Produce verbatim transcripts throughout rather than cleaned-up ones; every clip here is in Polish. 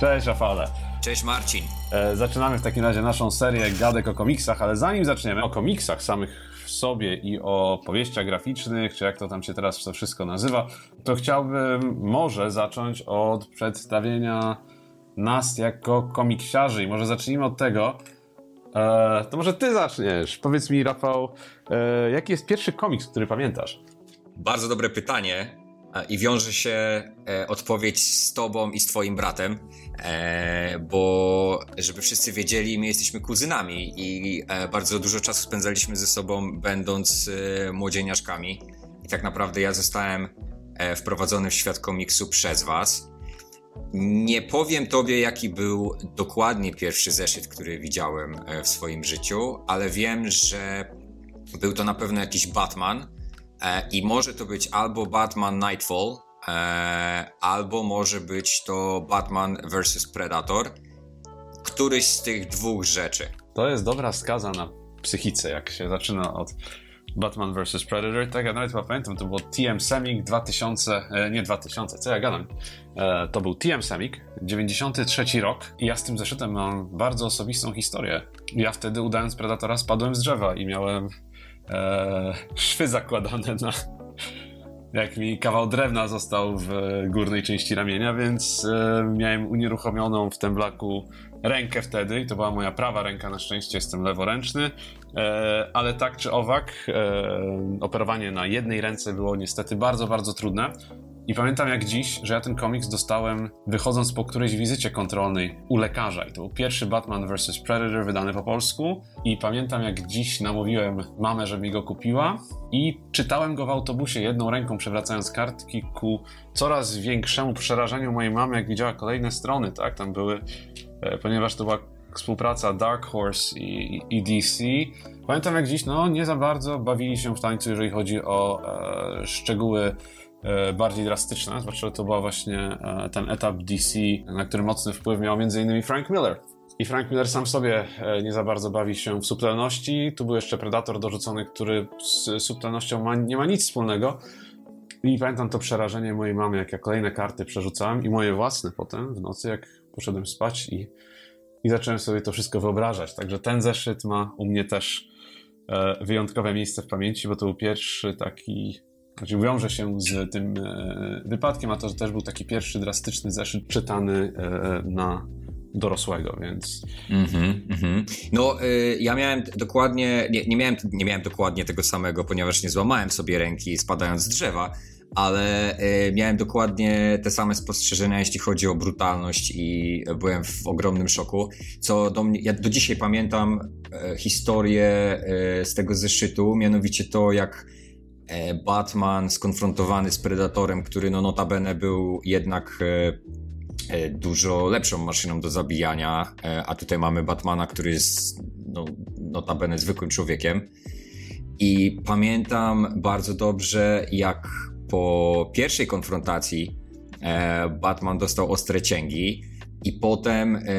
Cześć Rafale. Cześć Marcin. E, zaczynamy w takim razie naszą serię gadek o komiksach, ale zanim zaczniemy o komiksach samych w sobie i o powieściach graficznych, czy jak to tam się teraz to wszystko nazywa, to chciałbym może zacząć od przedstawienia nas jako komiksiarzy i może zacznijmy od tego, e, to może ty zaczniesz. Powiedz mi, Rafał, e, jaki jest pierwszy komiks, który pamiętasz? Bardzo dobre pytanie. I wiąże się e, odpowiedź z tobą i z twoim bratem, e, bo żeby wszyscy wiedzieli, my jesteśmy kuzynami i e, bardzo dużo czasu spędzaliśmy ze sobą, będąc e, młodzieniaszkami. I tak naprawdę ja zostałem e, wprowadzony w świat komiksu przez was. Nie powiem tobie, jaki był dokładnie pierwszy zeszyt, który widziałem e, w swoim życiu, ale wiem, że był to na pewno jakiś Batman. I może to być albo Batman Nightfall, e, albo może być to Batman versus. Predator. Któryś z tych dwóch rzeczy. To jest dobra skaza na psychice, jak się zaczyna od Batman versus. Predator. Tak, ja nawet chyba pamiętam, to było T M Semik dwa tysiące, e, nie dwa tysiące, co ja gadam? E, to był T M Semik, dziewięćdziesiąty trzeci rok i ja z tym zeszytem mam bardzo osobistą historię. Ja wtedy, udając Predatora, spadłem z drzewa i miałem Eee, szwy zakładane na... jak mi kawał drewna został w górnej części ramienia, więc e, miałem unieruchomioną w temblaku rękę wtedy i to była moja prawa ręka, na szczęście jestem leworęczny, e, ale tak czy owak e, operowanie na jednej ręce było niestety bardzo, bardzo trudne. I pamiętam jak dziś, że ja ten komiks dostałem wychodząc po którejś wizycie kontrolnej u lekarza. I to był pierwszy Batman versus. Predator wydany po polsku. I pamiętam jak dziś namówiłem mamę, żeby mi go kupiła. I czytałem go w autobusie jedną ręką, przewracając kartki ku coraz większemu przerażeniu mojej mamy, jak widziała kolejne strony, tak? Tam były, e, ponieważ to była współpraca Dark Horse i, i D C. Pamiętam jak dziś, no nie za bardzo bawili się w tańcu, jeżeli chodzi o e, szczegóły bardziej drastyczne, zwłaszcza, że to był właśnie ten etap D C, na który mocny wpływ miał między innymi Frank Miller. I Frank Miller sam w sobie nie za bardzo bawi się w subtelności. Tu był jeszcze Predator dorzucony, który z subtelnością ma, nie ma nic wspólnego. I pamiętam to przerażenie mojej mamy, jak ja kolejne karty przerzucałem i moje własne potem w nocy, jak poszedłem spać i, i zacząłem sobie to wszystko wyobrażać. Także ten zeszyt ma u mnie też e, wyjątkowe miejsce w pamięci, bo to był pierwszy taki... Znaczy wiąże się z tym e, wypadkiem, a to też był taki pierwszy drastyczny zeszyt czytany e, na dorosłego, więc... Mm-hmm, mm-hmm. No, y, ja miałem dokładnie, nie, nie, miałem, nie miałem dokładnie tego samego, ponieważ nie złamałem sobie ręki spadając z drzewa, ale y, miałem dokładnie te same spostrzeżenia, jeśli chodzi o brutalność i byłem w ogromnym szoku, co do mnie, ja do dzisiaj pamiętam y, historię y, z tego zeszytu, mianowicie to, jak Batman skonfrontowany z Predatorem, który no notabene był jednak e, e, dużo lepszą maszyną do zabijania, e, a tutaj mamy Batmana, który jest no, notabene zwykłym człowiekiem. I pamiętam bardzo dobrze, jak po pierwszej konfrontacji e, Batman dostał ostre cięgi i potem e,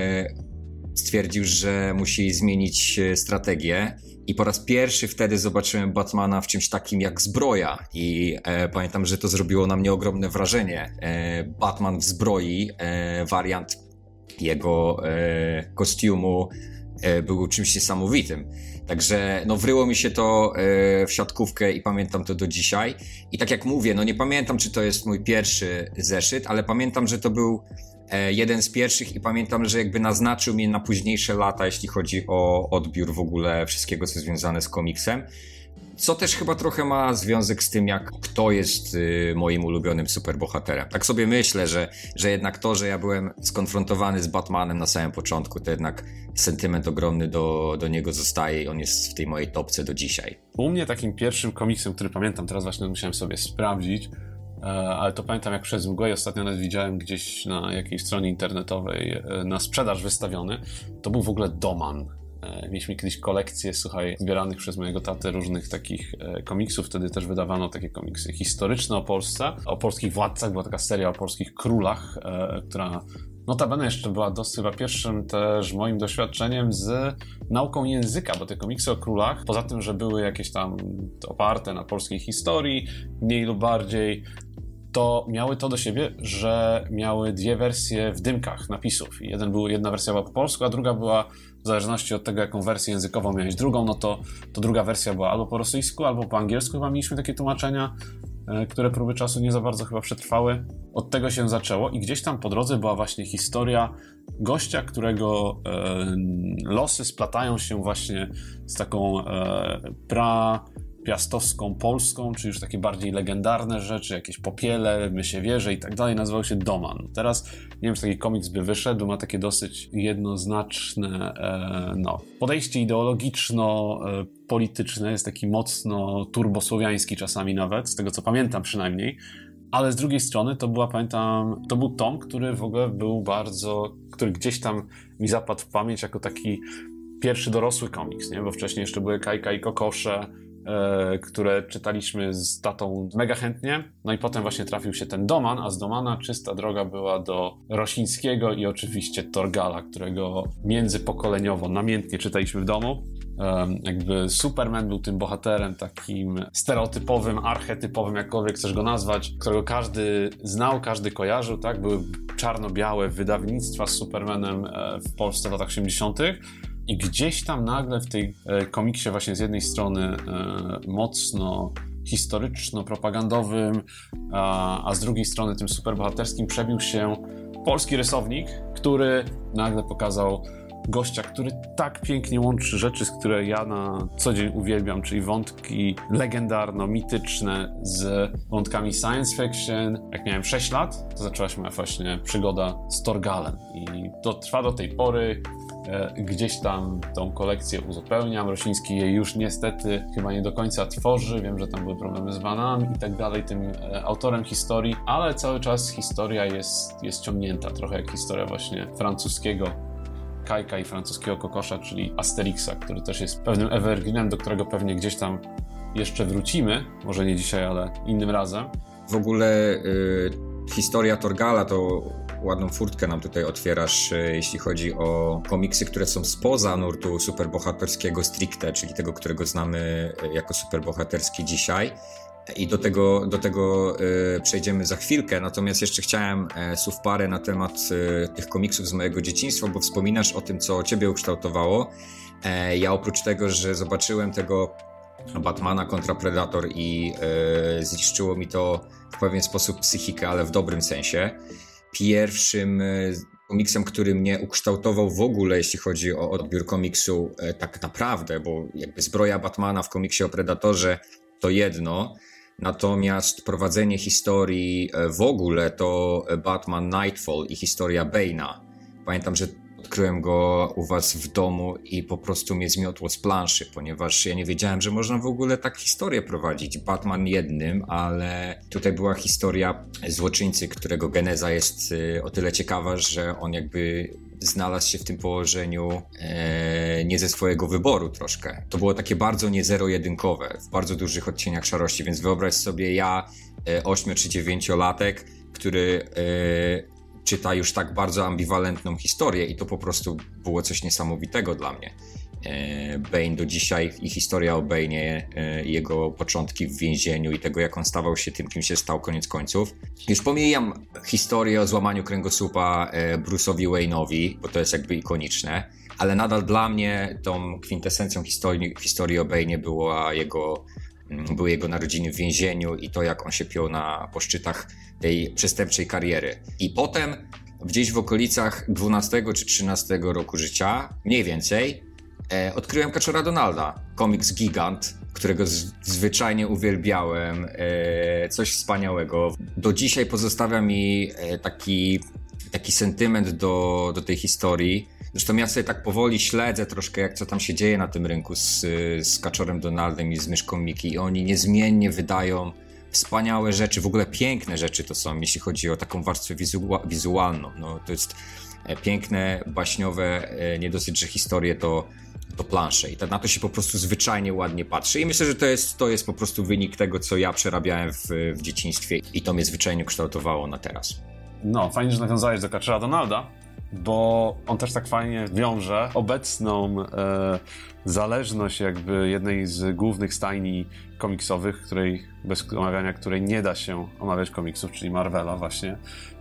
stwierdził, że musi zmienić strategię. I po raz pierwszy wtedy zobaczyłem Batmana w czymś takim jak zbroja i e, pamiętam, że to zrobiło na mnie ogromne wrażenie. E, Batman w zbroi, e, wariant jego e, kostiumu e, był czymś niesamowitym. Także no wryło mi się to e, w siatkówkę i pamiętam to do dzisiaj. I tak jak mówię, no nie pamiętam, czy to jest mój pierwszy zeszyt, ale pamiętam, że to był jeden z pierwszych i pamiętam, że jakby naznaczył mnie na późniejsze lata, jeśli chodzi o odbiór w ogóle wszystkiego, co związane z komiksem. Co też chyba trochę ma związek z tym, jak kto jest y, moim ulubionym superbohaterem. Tak sobie myślę, że, że jednak to, że ja byłem skonfrontowany z Batmanem na samym początku, to jednak sentyment ogromny do, do niego zostaje i on jest w tej mojej topce do dzisiaj. U mnie takim pierwszym komiksem, który pamiętam, teraz właśnie musiałem sobie sprawdzić, ale to pamiętam jak przez mgłę, ostatnio nawet widziałem gdzieś na jakiejś stronie internetowej na sprzedaż wystawiony, to był w ogóle Doman. Mieliśmy kiedyś kolekcję, słuchaj, zbieranych przez mojego tatę różnych takich komiksów, wtedy też wydawano takie komiksy historyczne o Polsce, o polskich władcach, była taka seria o polskich królach, która notabene jeszcze była dosyć chyba pierwszym też moim doświadczeniem z nauką języka, bo te komiksy o królach, poza tym, że były jakieś tam oparte na polskiej historii, mniej lub bardziej, to miały to do siebie, że miały dwie wersje w dymkach napisów. Jeden był, jedna wersja była po polsku, a druga była, w zależności od tego, jaką wersję językową miałeś drugą, no to, to druga wersja była albo po rosyjsku, albo po angielsku. Chyba mieliśmy takie tłumaczenia, które próby czasu nie za bardzo chyba przetrwały. Od tego się zaczęło i gdzieś tam po drodze była właśnie historia gościa, którego e, losy splatają się właśnie z taką e, prapiastowską Polską, czy już takie bardziej legendarne rzeczy, jakieś popiele, mysie wieże i tak dalej. Nazywał się Doman. Teraz nie wiem, czy taki komiks by wyszedł, ma takie dosyć jednoznaczne e, no, podejście ideologiczno-polityczne, jest taki mocno turbosłowiański czasami nawet, z tego co pamiętam przynajmniej. Ale z drugiej strony to była, pamiętam, to był tom, który w ogóle był bardzo, który gdzieś tam mi zapadł w pamięć jako taki pierwszy dorosły komiks, nie? Bo wcześniej jeszcze były Kajka i Kokosze, e, które czytaliśmy z tatą mega chętnie. No i potem właśnie trafił się ten Doman, a z Domana czysta droga była do Rosińskiego i oczywiście Torgala, którego międzypokoleniowo namiętnie czytaliśmy w domu. Um, jakby Superman był tym bohaterem takim stereotypowym, archetypowym, jakkolwiek chcesz go nazwać, którego każdy znał, każdy kojarzył, tak? Były czarno-białe wydawnictwa z Supermanem w Polsce w latach osiemdziesiątych. I gdzieś tam nagle w tej komiksie właśnie z jednej strony e, mocno historyczno-propagandowym, a, a z drugiej strony tym superbohaterskim przebił się polski rysownik, który nagle pokazał gościa, który tak pięknie łączy rzeczy, z które ja na co dzień uwielbiam, czyli wątki legendarno-mityczne z wątkami science fiction. Jak miałem sześć lat, to zaczęła się moja właśnie przygoda z Torgalem i to trwa do tej pory. Gdzieś tam tą kolekcję uzupełniam. Rosiński jej już niestety chyba nie do końca tworzy. Wiem, że tam były problemy z banami i tak dalej, tym autorem historii, ale cały czas historia jest, jest ciągnięta, trochę jak historia właśnie francuskiego Kajka i francuskiego Kokosza, czyli Asterixa, który też jest pewnym evergreenem, do którego pewnie gdzieś tam jeszcze wrócimy. Może nie dzisiaj, ale innym razem. W ogóle y, historia Torgala to ładną furtkę nam tutaj otwierasz, jeśli chodzi o komiksy, które są spoza nurtu superbohaterskiego stricte, czyli tego, którego znamy jako superbohaterski dzisiaj. I do tego, do tego y, przejdziemy za chwilkę, natomiast jeszcze chciałem e, słów parę na temat y, tych komiksów z mojego dzieciństwa, bo wspominasz o tym, co ciebie ukształtowało. E, ja oprócz tego, że zobaczyłem tego Batmana kontra Predator i y, zniszczyło mi to w pewien sposób psychikę, ale w dobrym sensie. Pierwszym y, komiksem, który mnie ukształtował w ogóle, jeśli chodzi o odbiór komiksu, y, tak naprawdę, bo jakby zbroja Batmana w komiksie o Predatorze to jedno, natomiast prowadzenie historii w ogóle to Batman Nightfall i historia Bane'a. Pamiętam, że odkryłem go u was w domu i po prostu mnie zmiotło z planszy, ponieważ ja nie wiedziałem, że można w ogóle tak historię prowadzić. Batman jednym, ale tutaj była historia złoczyńcy, którego geneza jest o tyle ciekawa, że on jakby znalazł się w tym położeniu e, nie ze swojego wyboru troszkę. To było takie bardzo nie zero-jedynkowe, w bardzo dużych odcieniach szarości, więc wyobraź sobie ja, e, ośmiu czy dziewięciolatek, który e, czyta już tak bardzo ambiwalentną historię i to po prostu było coś niesamowitego dla mnie. E, Bane do dzisiaj i historia o Bane'ie, e, jego początki w więzieniu i tego, jak on stawał się tym, kim się stał koniec końców. Już pomijam historię o złamaniu kręgosłupa e, Bruce'owi Wayne'owi, bo to jest jakby ikoniczne, ale nadal dla mnie tą kwintesencją historii, historii o Bane'ie była jego, były jego narodziny w więzieniu i to, jak on się piął na szczytach tej przestępczej kariery. I potem gdzieś w okolicach dwunastego czy trzynastego roku życia, mniej więcej, E, odkryłem Kaczora Donalda, komiks gigant, którego z, zwyczajnie uwielbiałem, e, coś wspaniałego. Do dzisiaj pozostawia mi e, taki, taki sentyment do, do tej historii. Zresztą ja sobie tak powoli śledzę troszkę, jak co tam się dzieje na tym rynku z, z Kaczorem Donaldem i z Myszką Miki i oni niezmiennie wydają wspaniałe rzeczy, w ogóle piękne rzeczy to są, jeśli chodzi o taką warstwę wizu- wizualną. No, to jest piękne, baśniowe, nie dosyć, że historie to to plansze i na to się po prostu zwyczajnie ładnie patrzy i myślę, że to jest, to jest po prostu wynik tego, co ja przerabiałem w, w dzieciństwie i to mnie zwyczajnie kształtowało na teraz. No, fajnie, że nawiązałeś do Kaczora Donalda, bo on też tak fajnie wiąże obecną e, zależność jakby jednej z głównych stajni komiksowych, której, bez omawiania której nie da się omawiać komiksów, czyli Marvela właśnie,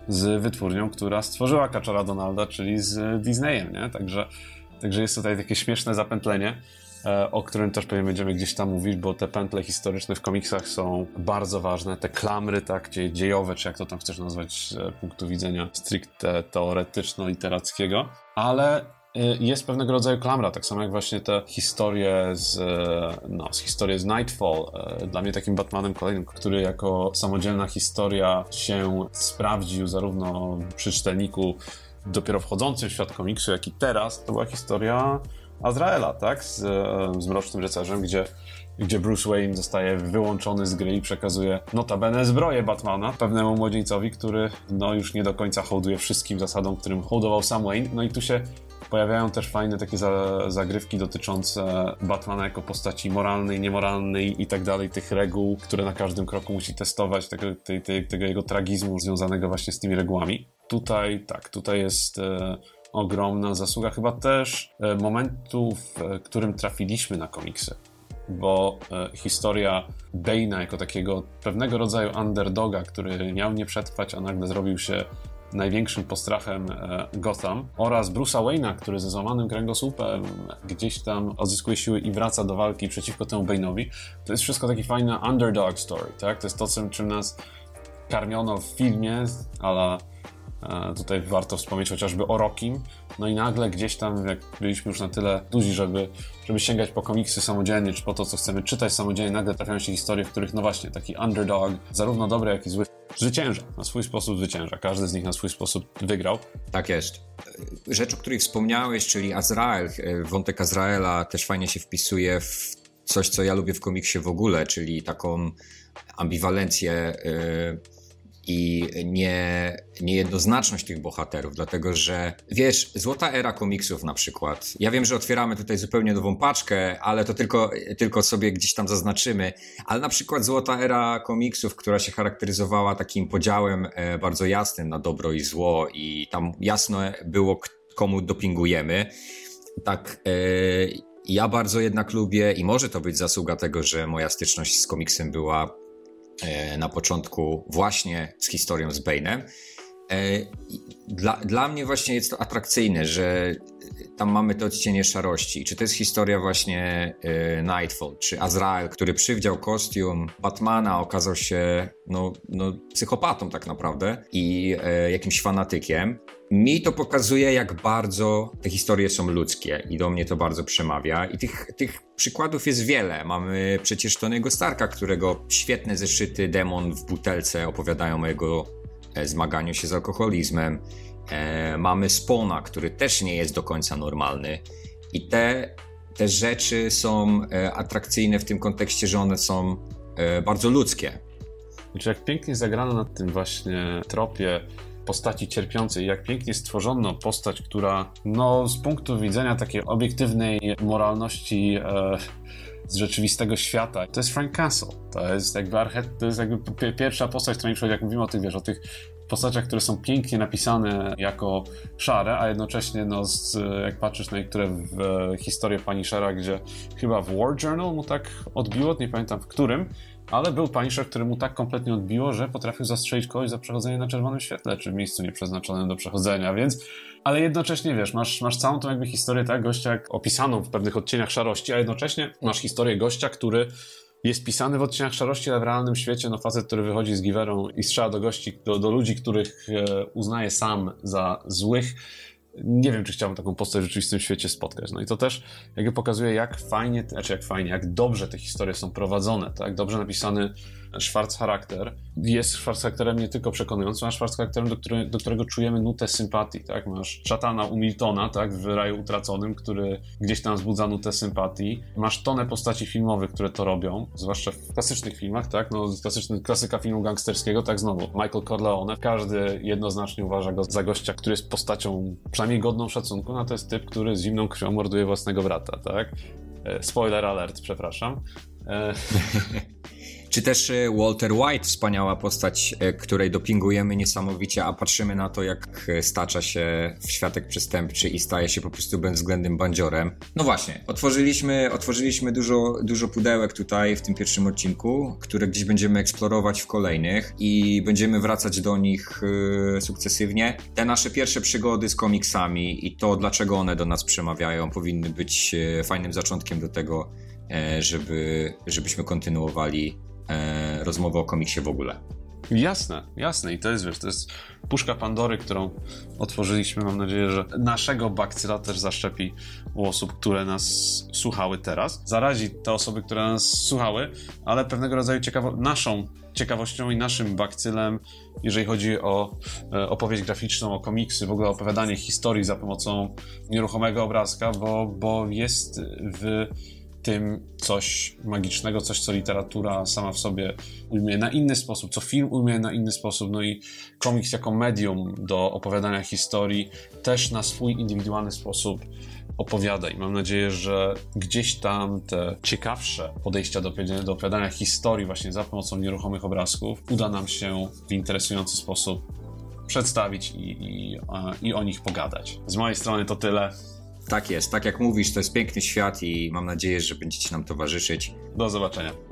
z wytwórnią, która stworzyła Kaczora Donalda, czyli z Disneyem, nie? Także, także jest tutaj takie śmieszne zapętlenie, o którym też pewnie będziemy gdzieś tam mówić, bo te pętle historyczne w komiksach są bardzo ważne, te klamry, tak, dziejowe, czy jak to tam chcesz nazwać z punktu widzenia stricte teoretyczno-literackiego, ale jest pewnego rodzaju klamra, tak samo jak właśnie te historie z, no, z historii z Nightfall, dla mnie takim Batmanem kolejnym, który jako samodzielna historia się sprawdził zarówno przy czytelniku dopiero wchodzącym w świat komiksu, jak i teraz, to była historia Azraela, tak? Z, z Mrocznym Rycerzem, gdzie, gdzie Bruce Wayne zostaje wyłączony z gry i przekazuje notabene zbroję Batmana pewnemu młodzieńcowi, który no już nie do końca hołduje wszystkim zasadom, którym hołdował sam Wayne. No i tu się pojawiają też fajne takie za, zagrywki dotyczące Batmana jako postaci moralnej, niemoralnej i tak dalej, tych reguł, które na każdym kroku musi testować, tego, tej, tej, tego jego tragizmu związanego właśnie z tymi regułami. Tutaj, tak, tutaj jest e, ogromna zasługa chyba też e, momentu, w którym trafiliśmy na komiksy, bo e, historia Bane'a jako takiego pewnego rodzaju underdoga, który miał nie przetrwać, a nagle zrobił się największym postrachem Gotham, oraz Bruce'a Wayne'a, który ze złamanym kręgosłupem gdzieś tam odzyskuje siły i wraca do walki przeciwko temu Bane'owi. To jest wszystko taki fajny underdog story, tak? To jest to, czym nas karmiono w filmie, ale tutaj warto wspomnieć chociażby o Rockim. No i nagle gdzieś tam, jak byliśmy już na tyle duzi, żeby, żeby sięgać po komiksy samodzielnie, czy po to, co chcemy czytać samodzielnie, nagle trafiają się historie, w których no właśnie taki underdog, zarówno dobry, jak i zły, zwycięża, na swój sposób zwycięża. Każdy z nich na swój sposób wygrał. Tak jest. Rzecz, o której wspomniałeś, czyli Azrael, wątek Azraela też fajnie się wpisuje w coś, co ja lubię w komiksie w ogóle, czyli taką ambiwalencję yy, i nie, niejednoznaczność tych bohaterów, dlatego że wiesz, złota era komiksów na przykład, ja wiem, że otwieramy tutaj zupełnie nową paczkę, ale to tylko, tylko sobie gdzieś tam zaznaczymy, ale na przykład złota era komiksów, która się charakteryzowała takim podziałem bardzo jasnym na dobro i zło i tam jasno było, komu dopingujemy, tak yy, ja bardzo jednak lubię i może to być zasługa tego, że moja styczność z komiksem była na początku właśnie z historią z Bane'em. Dla, dla mnie właśnie jest to atrakcyjne, że tam mamy to odcienie szarości. Czy to jest historia właśnie Nightfall, czy Azrael, który przywdział kostium Batmana, okazał się no, no, psychopatą tak naprawdę i e, jakimś fanatykiem. Mi to pokazuje, jak bardzo te historie są ludzkie i do mnie to bardzo przemawia. I tych, tych przykładów jest wiele. Mamy przecież Tony'ego Starka, którego świetne zeszyty Demon w butelce opowiadają o jego zmaganiu się z alkoholizmem. E, mamy Spawna, który też nie jest do końca normalny. I te, te rzeczy są e, atrakcyjne w tym kontekście, że one są e, bardzo ludzkie. Znaczy, jak pięknie zagrano na tym właśnie tropie postaci cierpiącej, jak pięknie stworzono postać, która no z punktu widzenia takiej obiektywnej moralności e, z rzeczywistego świata, to jest Frank Castle. To jest jakby archet- to jest jakby p- pierwsza postać, której jak mówimy o tych, wiesz, o tych postaciach, które są pięknie napisane jako szare, a jednocześnie no z, jak patrzysz na niektóre w, w historię Punishera, gdzie chyba w War Journal mu tak odbiło, nie pamiętam w którym, ale był Punisher, który mu tak kompletnie odbiło, że potrafił zastrzelić kogoś za przechodzenie na czerwonym świetle, czy w miejscu nieprzeznaczonym do przechodzenia, więc... Ale jednocześnie, wiesz, masz, masz całą tą jakby historię tak gościa jak opisaną w pewnych odcieniach szarości, a jednocześnie masz historię gościa, który jest pisany w odcieniach szarości, ale w realnym świecie, no facet, który wychodzi z giwerą i strzela do gości, do, do ludzi, których e, uznaje sam za złych. Nie wiem, czy chciałbym taką postać w rzeczywistym świecie spotkać. No i to też jakby pokazuje, jak fajnie, znaczy jak fajnie, jak dobrze te historie są prowadzone, tak? Dobrze napisany Schwarz charakter jest Schwarz charakterem nie tylko przekonującym, a Schwarz charakterem, do, który, do którego czujemy nutę sympatii, tak? Masz szatana u Miltona, tak? W Raju Utraconym, który gdzieś tam wzbudza nutę sympatii. Masz tonę postaci filmowych, które to robią, zwłaszcza w klasycznych filmach, tak? No, klasyczny, klasyka filmu gangsterskiego, tak? Znowu, Michael Corleone. Każdy jednoznacznie uważa go za gościa, który jest postacią przynajmniej godną szacunku, no to jest typ, który z zimną krwią morduje własnego brata, tak? Spoiler alert, przepraszam. Czy też Walter White, wspaniała postać, której dopingujemy niesamowicie, a patrzymy na to, jak stacza się w światek przestępczy i staje się po prostu bezwzględnym bandziorem. No właśnie, otworzyliśmy, otworzyliśmy dużo, dużo pudełek tutaj w tym pierwszym odcinku, które gdzieś będziemy eksplorować w kolejnych i będziemy wracać do nich yy, sukcesywnie. Te nasze pierwsze przygody z komiksami i to, dlaczego one do nas przemawiają, powinny być yy, fajnym zaczątkiem do tego, yy, żeby, żebyśmy kontynuowali yy, rozmowę o komiksie w ogóle. Jasne, jasne. I to jest, wiesz, to jest puszka Pandory, którą otworzyliśmy. Mam nadzieję, że naszego bakcyla też zaszczepi u osób, które nas słuchały teraz. Zarazi te osoby, które nas słuchały, ale pewnego rodzaju ciekawo- naszą ciekawością i naszym bakcylem, jeżeli chodzi o e, opowieść graficzną, o komiksy, w ogóle opowiadanie historii za pomocą nieruchomego obrazka, bo, bo jest w tym coś magicznego, coś, co literatura sama w sobie ujmuje na inny sposób, co film ujmuje na inny sposób, no i komiks jako medium do opowiadania historii też na swój indywidualny sposób opowiada i mam nadzieję, że gdzieś tam te ciekawsze podejścia do, do opowiadania historii właśnie za pomocą nieruchomych obrazków uda nam się w interesujący sposób przedstawić i, i, i o nich pogadać. Z mojej strony to tyle. Tak jest, tak jak mówisz, to jest piękny świat i mam nadzieję, że będziecie nam towarzyszyć. Do zobaczenia.